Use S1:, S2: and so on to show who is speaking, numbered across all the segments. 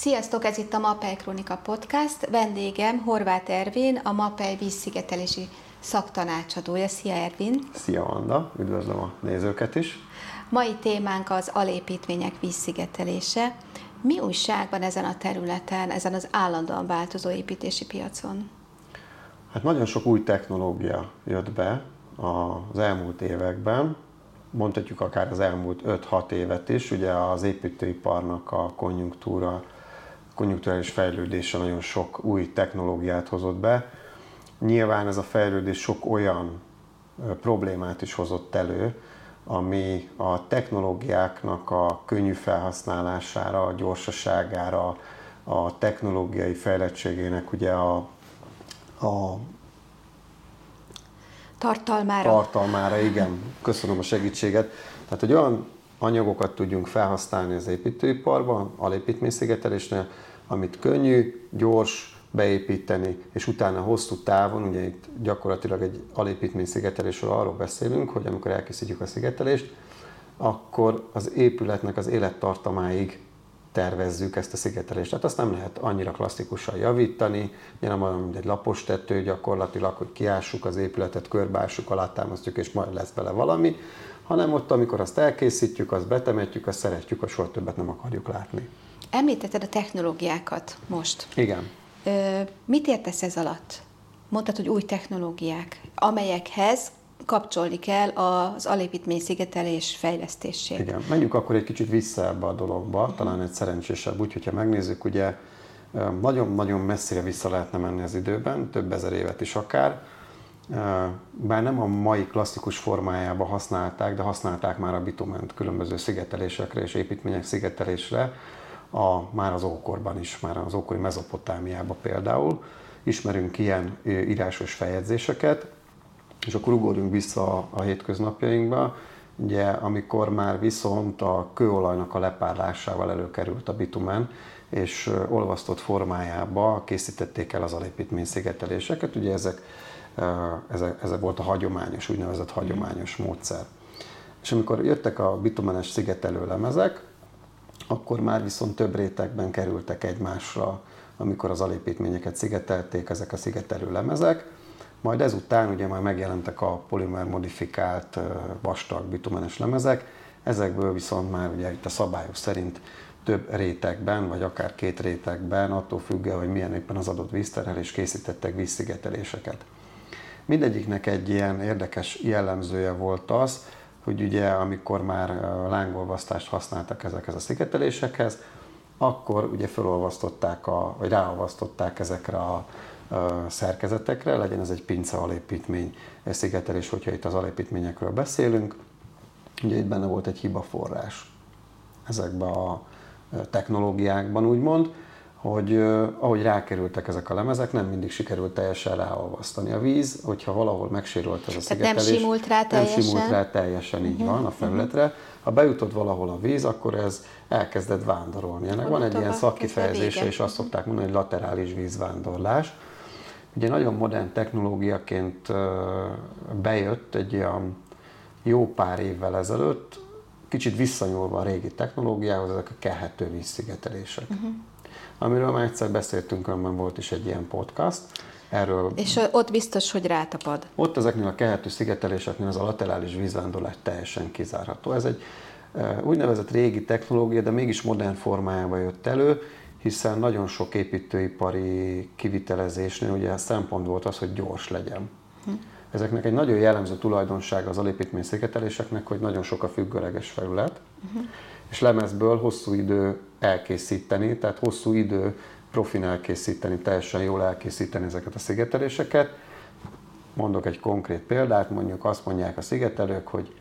S1: Sziasztok, ez itt a Mapei Krónika Podcast. Vendégem Horváth Ervin, a Mapei vízszigetelési szaktanácsadója. Szia Ervin!
S2: Szia Anna, üdvözlöm a nézőket is!
S1: Mai témánk az alépítmények vízszigetelése. Mi újság van ezen a területen, ezen az állandóan változó építési piacon?
S2: Hát nagyon sok új technológia jött be az elmúlt években, mondhatjuk akár az elmúlt 5-6 évet is. Ugye az építőiparnak a konjunkturális fejlődése nagyon sok új technológiát hozott be. Nyilván ez a fejlődés sok olyan problémát is hozott elő, ami a technológiáknak a könnyű felhasználására, a gyorsaságára, a technológiai fejlettségének ugye a tartalmára, igen, köszönöm a segítséget. Tehát, hogy olyan anyagokat tudjunk felhasználni az építőiparban, alépítményszigetelésnél, amit könnyű, gyors beépíteni, és utána hosszú távon, ugye itt gyakorlatilag egy alépítményszigetelésről arról beszélünk, hogy amikor elkészítjük a szigetelést, akkor az épületnek az élettartamáig tervezzük ezt a szigetelést. Tehát azt nem lehet annyira klasszikusan javítani, nem olyan, mint egy lapos tető gyakorlatilag, hogy kiássuk az épületet, körbeássuk, alátámasztjuk, és majd lesz bele valami, hanem ott, amikor azt elkészítjük, azt betemetjük, azt szeretjük, azt soha többet nem akarjuk látni.
S1: Említetted a technológiákat most.
S2: Igen.
S1: Mit értesz ez alatt? Mondtad, hogy új technológiák, amelyekhez kapcsolni kell az alépítményszigetelés fejlesztését.
S2: Igen, menjünk akkor egy kicsit vissza ebbe a dologba, talán egy szerencsésebb, úgyhogy ha megnézzük, ugye nagyon-nagyon messzire vissza lehetne menni az időben, több ezer évet is akár, bár nem a mai klasszikus formájában használták, de használták már a bitument különböző szigetelésekre és építmények szigetelésre, már az ókorban is, már az ókori Mezopotámiában például. Ismerünk ilyen írásos feljegyzéseket, és akkor ugorjunk vissza a hétköznapjainkba, ugye, amikor már viszont a kőolajnak a lepárlásával előkerült a bitumen, és olvasztott formájába készítették el az alépítményszigeteléseket. Ugye ezek volt a hagyományos, úgynevezett hagyományos módszer. És amikor jöttek a bitumenes szigetelő lemezek, akkor már viszont több rétegben kerültek egymásra, amikor az alépítményeket szigetelték ezek a szigetelő lemezek. Majd ezután ugye már megjelentek a polimer modifikált vastag bitumenes lemezek, ezekből viszont már ugye itt a szabályok szerint több rétegben, vagy akár 2 rétegben, attól függően, hogy milyen éppen az adott vízterhelés, készítettek vízszigeteléseket. Mindegyiknek egy ilyen érdekes jellemzője volt az, hogy ugye amikor már lángolvasztást használtak ezekhez a szigetelésekhez, akkor ugye felolvasztották, vagy ráolvasztották ezekre a szerkezetekre, legyen ez egy pince alépítmény szigetelés, hogyha itt az alépítményekről beszélünk. Ugye itt benne volt egy hibaforrás ezekben a technológiákban, úgymond, hogy ahogy rákerültek ezek a lemezek, nem mindig sikerült teljesen ráolvasztani a víz, hogyha valahol megsérült ez a szigetelés.
S1: Nem simult rá teljesen?
S2: Nem simult rá teljesen, így van, a felületre. Ha bejutott valahol a víz, akkor ez elkezdett vándorolni. Ennek van egy ilyen szakkifejezése, és azt szokták mondani, hogy laterális vízvándorlás. Ugye nagyon modern technológiaként bejött egy olyan jó pár évvel ezelőtt, kicsit visszanyúlva a régi technológiához, ezek a kelhető vízszigetelések. Amiről már egyszer beszéltünk, önben volt is egy ilyen podcast. Erről,
S1: és ott biztos, hogy rátapad.
S2: Ott ezeknél a kelhető szigeteléseknél az a laterális vízvándorlás teljesen kizárható. Ez egy úgynevezett régi technológia, de mégis modern formájában jött elő, hiszen nagyon sok építőipari kivitelezésnél ugye a szempont volt az, hogy gyors legyen. Ezeknek egy nagyon jellemző tulajdonsága az alépítményszigeteléseknek, hogy nagyon sok a függőleges felület, és lemezből hosszú idő elkészíteni, tehát hosszú idő profin elkészíteni, teljesen jól elkészíteni ezeket a szigeteléseket. Mondok egy konkrét példát, mondjuk azt mondják a szigetelők, hogy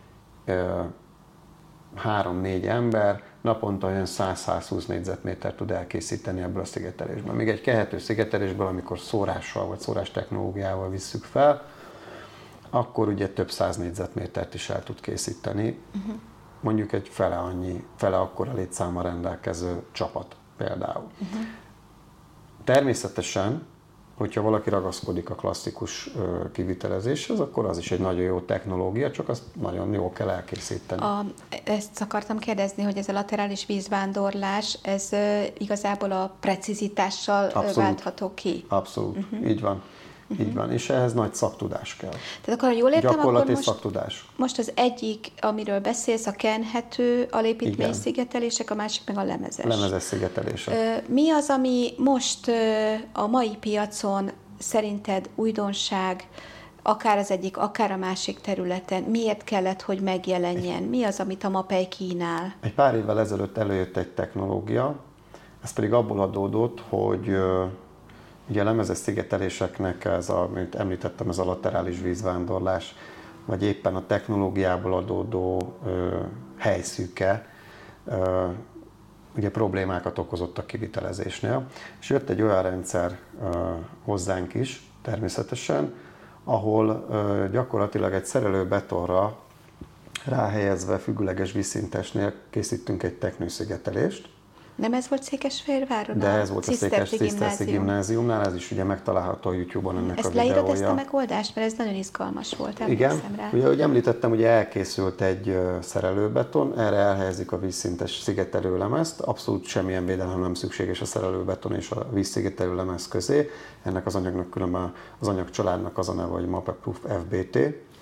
S2: 3-4 ember naponta olyan 100-120 négyzetmétert tud elkészíteni ebből a szigetelésből. Még egy kelhető szigetelésből, amikor szórással vagy szórás technológiával visszük fel, akkor ugye több 100 négyzetmétert is el tud készíteni. Mondjuk egy fele akkora létszámmal rendelkező csapat például. Természetesen, hogyha valaki ragaszkodik a klasszikus kivitelezéshez, akkor az is egy nagyon jó technológia, csak azt nagyon jól kell elkészíteni.
S1: Ezt akartam kérdezni, hogy ez a laterális vízvándorlás, ez igazából a precizitással váltható ki?
S2: Abszolút, így van. Így van, és ehhez nagy szaktudás kell.
S1: Tehát akkor, ha jól értem,
S2: gyakorlati szaktudás.
S1: Most az egyik, amiről beszélsz, a kenhető alépítmény szigetelések, a másik meg a lemezes.
S2: Lemezes szigetelések.
S1: Mi az, ami most a mai piacon szerinted újdonság, akár az egyik, akár a másik területen? Miért kellett, hogy megjelenjen? Mi az, amit a MAPEI kínál?
S2: Egy pár évvel ezelőtt előjött egy technológia, ez pedig abból adódott, hogy ugye a lemezes szigeteléseknek amit említettem, ez a laterális vízvándorlás, vagy éppen a technológiából adódó helyszűke, ugye problémákat okozott a kivitelezésnél. És jött egy olyan rendszer hozzánk is, természetesen, ahol gyakorlatilag egy szerelőbetonra ráhelyezve függőleges vízszintesnél készítünk egy teknőszigetelést.
S1: Nem ez volt Székesfehérváron?
S2: De ez volt a Ciszterci gimnáziumnál, ez is ugye megtalálható a YouTube-on ennek a videója.
S1: Ezt leírod ezt a megoldást, mert ez nagyon izgalmas volt, emlékszem rá.
S2: Ugye, ahogy említettem, ugye elkészült egy szerelőbeton, erre elhelyezik a vízszintes szigetelőlemezt, abszolút semmilyen védelem nem szükséges a szerelőbeton és a vízszigetelőlemez közé. Ennek az anyagnak különben az anyagcsaládnak az a neve, hogy MAPEProof FBT.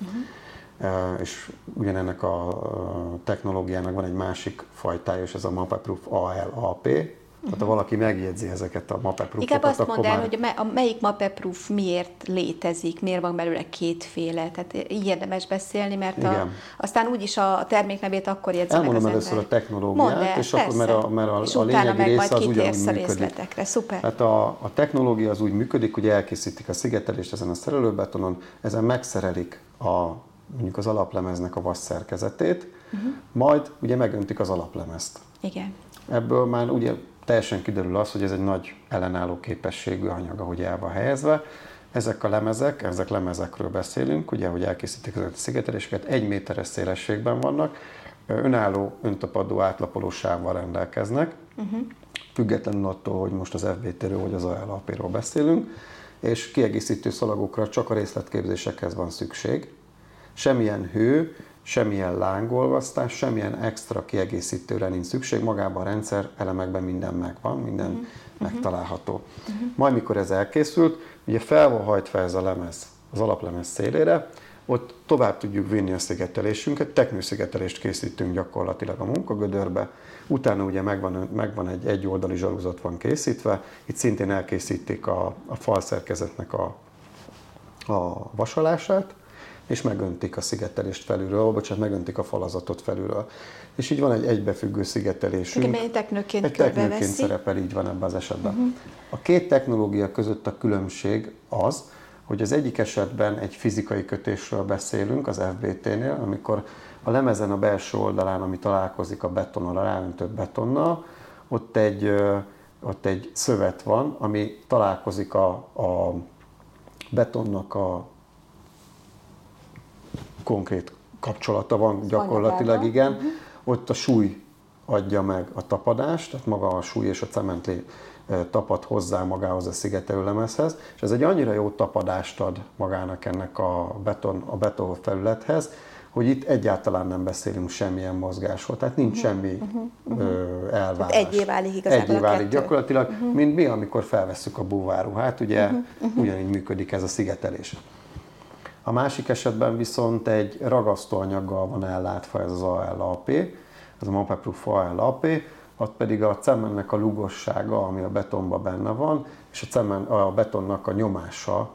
S2: És ugyanennek a technológiának van egy másik fajtája, és ez a MAPEProof ALAP. Tehát ha valaki megjegyzi ezeket a MAPEProofokat,
S1: inkább azt mondd el, hogy melyik MAPEProof miért létezik, miért van belőle kétféle. Tehát így érdemes beszélni, mert aztán úgyis a terméknevét akkor jegyzi meg az ember.
S2: Elmondom először a technológiát, és akkor, mert
S1: és
S2: a lényegi része az ugyanúgy
S1: működik.
S2: részletekre.
S1: Szuper.
S2: Hát a technológia az úgy működik, hogy elkészítik a szigetelést ezen a szerelőbetonon, ezen megszerelik mondjuk az alaplemeznek a vas szerkezetét, majd ugye megöntik az alaplemezt.
S1: Igen.
S2: Ebből már ugye teljesen kiderül az, hogy ez egy nagy ellenálló képességű anyag, ahogy el van helyezve. Ezek lemezekről beszélünk, ugye, hogy elkészítik ezeket a szigeteléseket, 1 méteres szélességben vannak, önálló, öntapadó, átlapoló sávval rendelkeznek, függetlenül attól, hogy most az FBT-ről vagy az ALAP-ről beszélünk, és kiegészítő szalagokra csak a részletképzésekhez van szükség. Semmilyen hő, semmilyen lángolvasztás, semmilyen extra kiegészítőre nincs szükség, magában a rendszer elemekben minden megvan, minden megtalálható. Majd mikor ez elkészült, ugye fel van hajtva ez a lemez az alaplemez szélére, ott tovább tudjuk vinni a szigetelésünket, teknőszigetelést készítünk gyakorlatilag a munkagödörbe, utána ugye megvan egy egyoldali zsaluzat van készítve, itt szintén elkészítik a falszerkezetnek a vasalását, és megöntik a szigetelést felülről, megöntik a falazatot felülről. És így van egy egybefüggő szigetelésünk.
S1: Egy teknőként
S2: szerepel, így van ebben az esetben. A két technológia között a különbség az, hogy az egyik esetben egy fizikai kötésről beszélünk, az FBT-nél, amikor a lemezen a belső oldalán, ami találkozik a betonnal, a ráöntött betonnal, ott egy szövet van, ami találkozik a betonnak a konkrét kapcsolata van gyakorlatilag, igen. Ott a súly adja meg a tapadást, tehát maga a súly és a cementlé tapad hozzá magához a szigetelőlemezhez, és ez egy annyira jó tapadást ad magának ennek a beton felülethez, hogy itt egyáltalán nem beszélünk semmilyen mozgásról, tehát nincs semmi elvárás.
S1: Egyé válik igazából
S2: Egyé válik gyakorlatilag, mint mi, amikor felvesszük a búvárruhát, ugye ugyanígy működik ez a szigetelés. A másik esetben viszont egy ragasztóanyaggal van ellátva ez az ALAP, ez a MAPEProof ALAP, ott pedig a cementnek a lugossága, ami a betonban benne van, és a betonnak a nyomása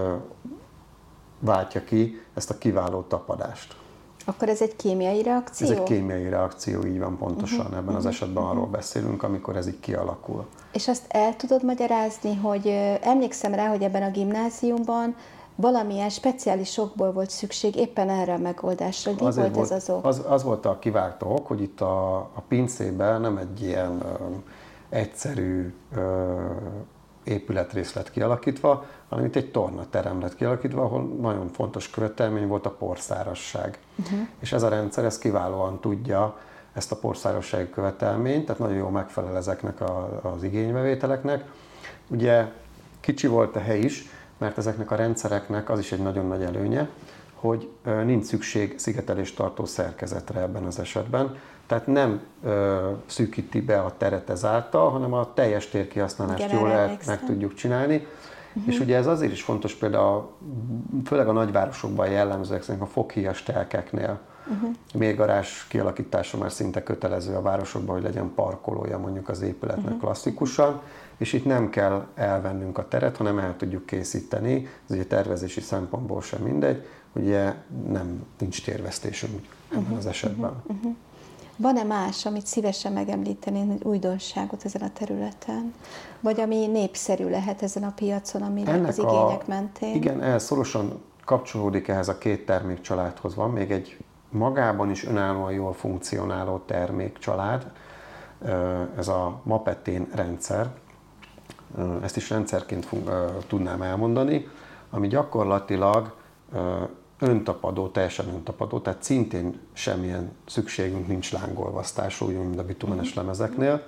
S2: váltja ki ezt a kiváló tapadást.
S1: Akkor ez egy kémiai reakció?
S2: Ez egy kémiai reakció, így van pontosan. Ebben az esetben arról beszélünk, amikor ez így kialakul.
S1: És azt el tudod magyarázni, hogy emlékszem rá, hogy ebben a gimnáziumban valamilyen speciális okból volt szükség éppen erre a megoldásra. Mi volt ez az ok?
S2: Az volt a kiváltó ok, hogy itt a pincében nem egy ilyen egyszerű épületrész lett kialakítva, hanem itt egy tornaterem lett kialakítva, ahol nagyon fontos követelmény volt a porszárasság. És ez a rendszer ez kiválóan tudja ezt a porszárassági követelményt, tehát nagyon jól megfelel ezeknek az igénybevételeknek. Ugye Kicsi volt a hely is, mert ezeknek a rendszereknek az is egy nagyon nagy előnye, hogy nincs szükség szigetelést tartó szerkezetre ebben az esetben. Tehát nem szűkíti be a teret ezáltal, hanem a teljes térkihasználást jól meg tudjuk csinálni. És ugye ez azért is fontos például, főleg a nagyvárosokban jellemzőek szerint a foghíjas telkeknél. Mélygarázs kialakítása már szinte kötelező a városokban, hogy legyen parkolója mondjuk az épületnek klasszikusan, és itt nem kell elvennünk a teret, hanem el tudjuk készíteni. Ez ugye tervezési szempontból sem mindegy, ugye nincs térvesztésünk ebben az esetben.
S1: Van-e más, amit szívesen megemlítenél, egy újdonságot ezen a területen? Vagy ami népszerű lehet ezen a piacon, amire az igények mentén?
S2: Igen, ez szorosan kapcsolódik ehhez a két termékcsaládhoz. Van még egy magában is önállóan jól funkcionáló termékcsalád, ez a Mapetén rendszer. Ezt is rendszerként tudnám elmondani, ami gyakorlatilag öntapadó, teljesen öntapadó, tehát szintén semmilyen szükségünk nincs lángolvasztásra, úgy, mint a bitumenes lemezeknél,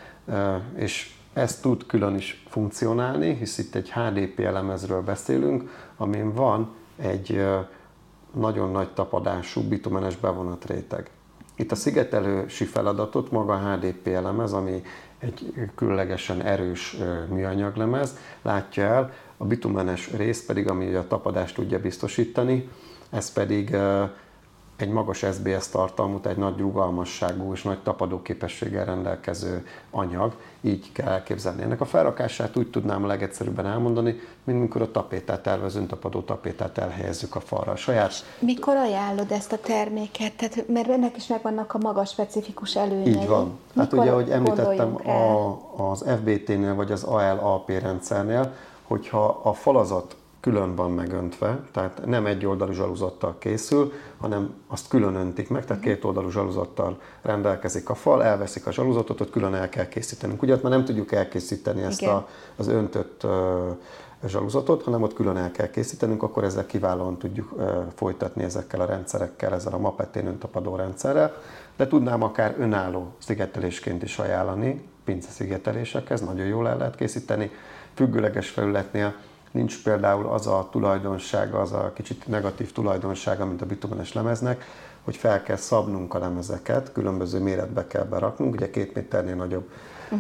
S2: és ez tud külön is funkcionálni, hisz itt egy HDPE lemezről beszélünk, amin van egy nagyon nagy tapadású bitumenes bevonatréteg. Itt a szigetelési feladatot maga a HDPE lemez, ami egy különlegesen erős műanyaglemez, látja el, a bitumenes rész pedig, ami a tapadást tudja biztosítani, ez pedig egy magas SBS tartalmú, egy nagy rugalmasságú és nagy tapadóképességgel rendelkező anyag, így kell elképzelni. Ennek a felrakását úgy tudnám a legegyszerűbben elmondani, mint amikor a tapétát öntapadó tapétát elhelyezzük a falra.
S1: Mikor ajánlod ezt a terméket? Tehát, mert ennek is megvannak a maga specifikus előnyei.
S2: Így van. Hát ugye, ahogy említettem, az FBT-nél vagy az AL-AP rendszernél, hogyha a falazat külön van megöntve, tehát nem egy oldalú zsaluzattal készül, hanem azt külön öntik meg, tehát két oldalú zsaluzattal rendelkezik a fal, elveszik a zsaluzatot, ott külön el kell készítenünk. Ugye ott már nem tudjuk elkészíteni ezt az öntött zsaluzatot, hanem ott külön el kell készítenünk, akkor ezzel kiválóan tudjuk folytatni ezekkel a rendszerekkel, ezzel a Mapetén öntapadó rendszerrel, de tudnám akár önálló szigetelésként is ajánlani, pinceszigetelésekhez, nagyon jól el lehet készíteni, függőleges felületnél nincs például az a tulajdonsága, az a kicsit negatív tulajdonsága, mint a bitumenes lemeznek, hogy fel kell szabnunk a lemezeket, különböző méretbe kell beraknunk, ugye 2 méternél nagyobb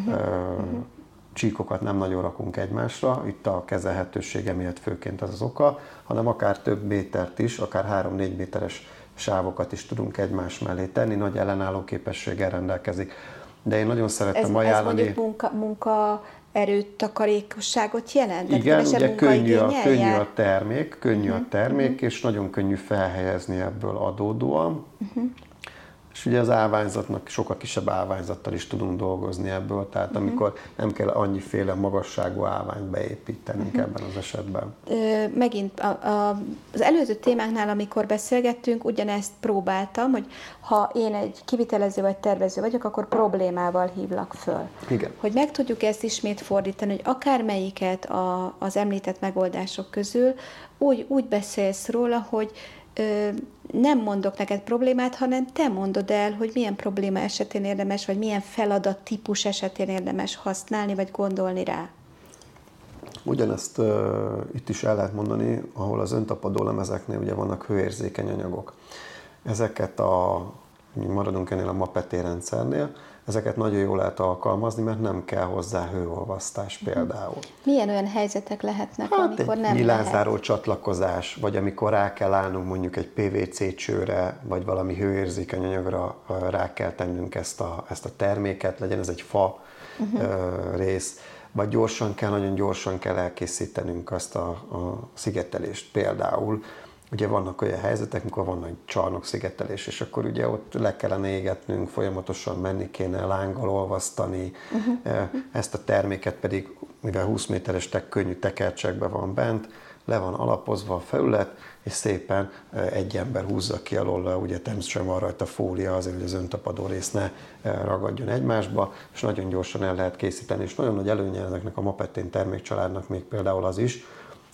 S2: csíkokat nem nagyon rakunk egymásra, itt a kezelhetősége miatt főként az oka, hanem akár több métert is, akár 3-4 méteres sávokat is tudunk egymás mellé tenni, nagy ellenálló képességgel rendelkezik. De én nagyon szeretem ajánlani.
S1: Ez mondjuk munkaerőtakarékosságot jelent?
S2: Igen, ugye könnyű a termék, és nagyon könnyű felhelyezni ebből adódóan. És ugye az állványzatnak sokkal kisebb állványzattal is tudunk dolgozni ebből, tehát amikor nem kell annyiféle magasságú állványt beépítenünk ebben az esetben.
S1: Megint az előző témáknál, amikor beszélgettünk, ugyanezt próbáltam, hogy ha én egy kivitelező vagy tervező vagyok, akkor problémával hívlak föl.
S2: Igen.
S1: Hogy meg tudjuk ezt ismét fordítani, hogy akármelyiket az említett megoldások közül úgy beszélsz róla, hogy nem mondok neked problémát, hanem te mondod el, hogy milyen probléma esetén érdemes, vagy milyen feladat típus esetén érdemes használni, vagy gondolni rá.
S2: Ugyanezt itt is el lehet mondani, ahol az öntapadó lemezeknél ugye vannak hőérzékeny anyagok. Ezeket maradunk ennél a Mapetén rendszernél, ezeket nagyon jól lehet alkalmazni, mert nem kell hozzá hőolvasztás például.
S1: Milyen olyan helyzetek lehetnek, amikor nem lehet?
S2: Nyilázáró csatlakozás, vagy amikor rá kell állnunk mondjuk egy PVC csőre, vagy valami hőérzékeny anyagra rá kell tennünk ezt a terméket, legyen ez egy fa rész, vagy nagyon gyorsan kell elkészítenünk azt a szigetelést például. Ugye vannak olyan helyzetek, amikor van egy csarnokszigetelés, és akkor ugye ott le kellene égetnünk, folyamatosan menni kéne, lánggal olvasztani. Ezt a terméket pedig, mivel 20 méteres könnyű tekercsekben van bent, le van alapozva a felület, és szépen egy ember húzza ki alól, ugye természetesen van rajta fólia azért, hogy az öntapadó rész ne ragadjon egymásba, és nagyon gyorsan el lehet készíteni. És nagyon nagy előnye ezeknek a Mapetén termékcsaládnak még például az is,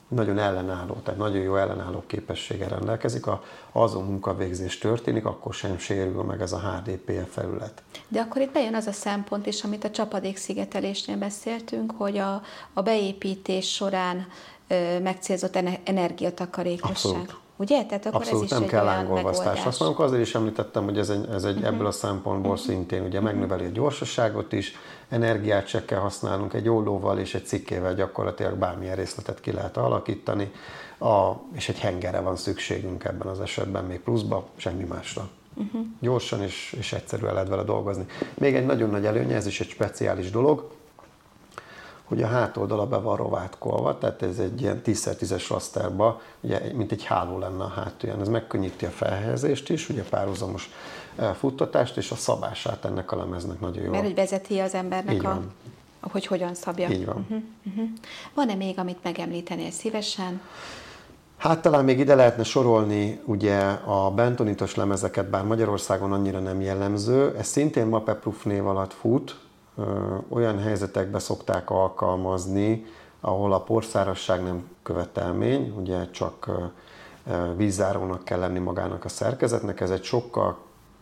S2: nagyon ellenálló, tehát nagyon jó ellenálló képességgel rendelkezik, ha azon munkavégzés történik, akkor sem sérül meg ez a HDPE felület.
S1: De akkor itt bejön az a szempont is, amit a csapadékszigetelésnél beszéltünk, hogy a beépítés során megcélzott energiatakarékosság.
S2: Abszolút.
S1: Ugye? Tehát akkor
S2: abszolút,
S1: ez is
S2: nem
S1: egy
S2: kell
S1: olyan
S2: lángolvasztás.
S1: megoldás.
S2: Azt mondom, azért is említettem, hogy ez egy ebből a szempontból szintén ugye megnöveli a gyorsaságot is, energiát se kell használnunk, egy ollóval és egy cikkével gyakorlatilag bármilyen részletet ki lehet alakítani, és egy hengerre van szükségünk ebben az esetben még pluszba, semmi másra. Gyorsan és egyszerűen lehet vele dolgozni. Még egy nagyon nagy előnye, ez is egy speciális dolog, hogy a hátoldala be van rovátkolva, tehát ez egy ilyen 10x10-es rasterba, ugye, mint egy háló lenne a hátulján. Ez megkönnyíti a felhelyezést is, ugye párhuzamos futtatást, és a szabását ennek a lemeznek nagyon jó.
S1: Mert hogy vezeti az embernek, hogy hogyan szabja.
S2: Így van.
S1: Van-e még, amit megemlítenél szívesen?
S2: Hát talán még ide lehetne sorolni ugye a bentonitos lemezeket, bár Magyarországon annyira nem jellemző. Ez szintén Mapleproof név alatt fut, olyan helyzetekben szokták alkalmazni, ahol a porszárasság nem követelmény, ugye csak vízzárónak kell lenni magának a szerkezetnek. Ez egy sokkal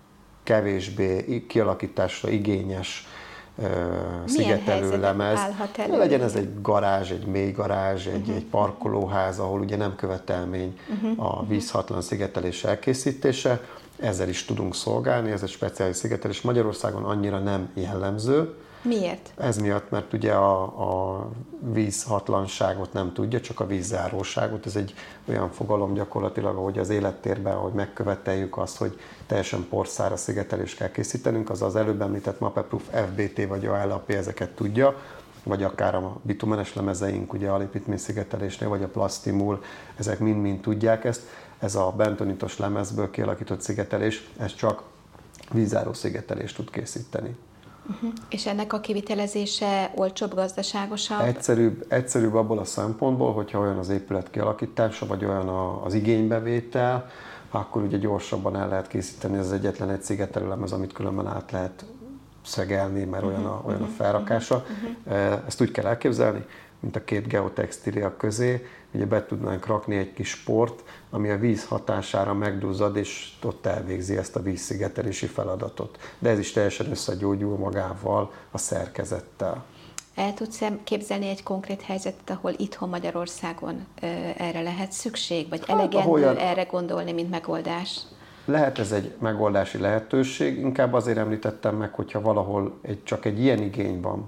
S2: kevésbé kialakításra igényes szigetelő lemez. Legyen ez egy garázs, egy mély garázs, egy parkolóház, ahol ugye nem követelmény a vízhatlan szigetelés elkészítése. Ezzel is tudunk szolgálni, ez egy speciális szigetelés. Magyarországon annyira nem jellemző.
S1: Miért?
S2: Ez miatt, mert ugye a vízhatlanságot nem tudja, csak a vízzáróságot. Ez egy olyan fogalom gyakorlatilag, ahogy az élettérben, ahogy megköveteljük azt, hogy teljesen porszára szigetelést kell készítenünk, az előbb említett Mapleproof FBT vagy ALAP ezeket tudja, vagy akár a bitumenes lemezeink, ugye alépítményszigetelésnél, vagy a Plastimul, ezek mind-mind tudják ezt. Ez a bentonitos lemezből kialakított szigetelés, ez csak vízzáró szigetelést tud készíteni.
S1: És ennek a kivitelezése olcsóbb, gazdaságosabb?
S2: Egyszerűbb abból a szempontból, hogyha olyan az épület kialakítása, vagy olyan az igénybevétel, akkor ugye gyorsabban el lehet készíteni. Ez egyetlen egy szigetelőlemez, amit különben át lehet szegelni, mert olyan a felrakása. Ezt úgy kell elképzelni, mint a két geotextília közé, ugye be tudnánk rakni egy kis port, ami a víz hatására megduzzad, és ott elvégzi ezt a vízszigetelési feladatot. De ez is teljesen összegyógyul magával, a szerkezettel.
S1: El tudsz képzelni egy konkrét helyzetet, ahol itthon Magyarországon erre lehet szükség? Vagy elegendő erre gondolni, mint megoldás?
S2: Lehet ez egy megoldási lehetőség, inkább azért említettem meg, hogyha valahol csak egy ilyen igény van,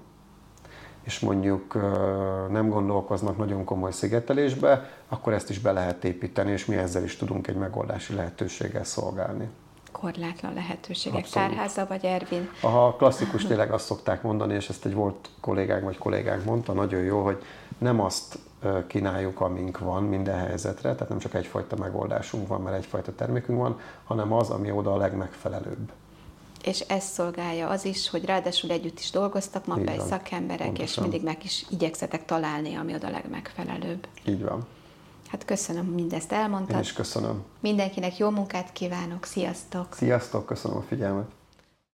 S2: és mondjuk nem gondolkoznak nagyon komoly szigetelésbe, akkor ezt is be lehet építeni, és mi ezzel is tudunk egy megoldási lehetőséggel szolgálni.
S1: Korlátlan lehetőségek. Tárháza vagy Ervin?
S2: A klasszikus tényleg azt szokták mondani, és ezt egy volt kollégánk mondta, nagyon jó, hogy nem azt kínáljuk, amink van minden helyzetre, tehát nem csak egyfajta megoldásunk van, mert egyfajta termékünk van, hanem az, ami oda a legmegfelelőbb.
S1: És ezt szolgálja az is, hogy ráadásul együtt is dolgoztak mappely szakemberek, pontosan. És mindig meg is igyekszetek találni, ami oda a legmegfelelőbb.
S2: Így van.
S1: Hát köszönöm, mindezt elmondtad.
S2: Én is köszönöm.
S1: Mindenkinek jó munkát kívánok, sziasztok!
S2: Sziasztok, köszönöm a figyelmet!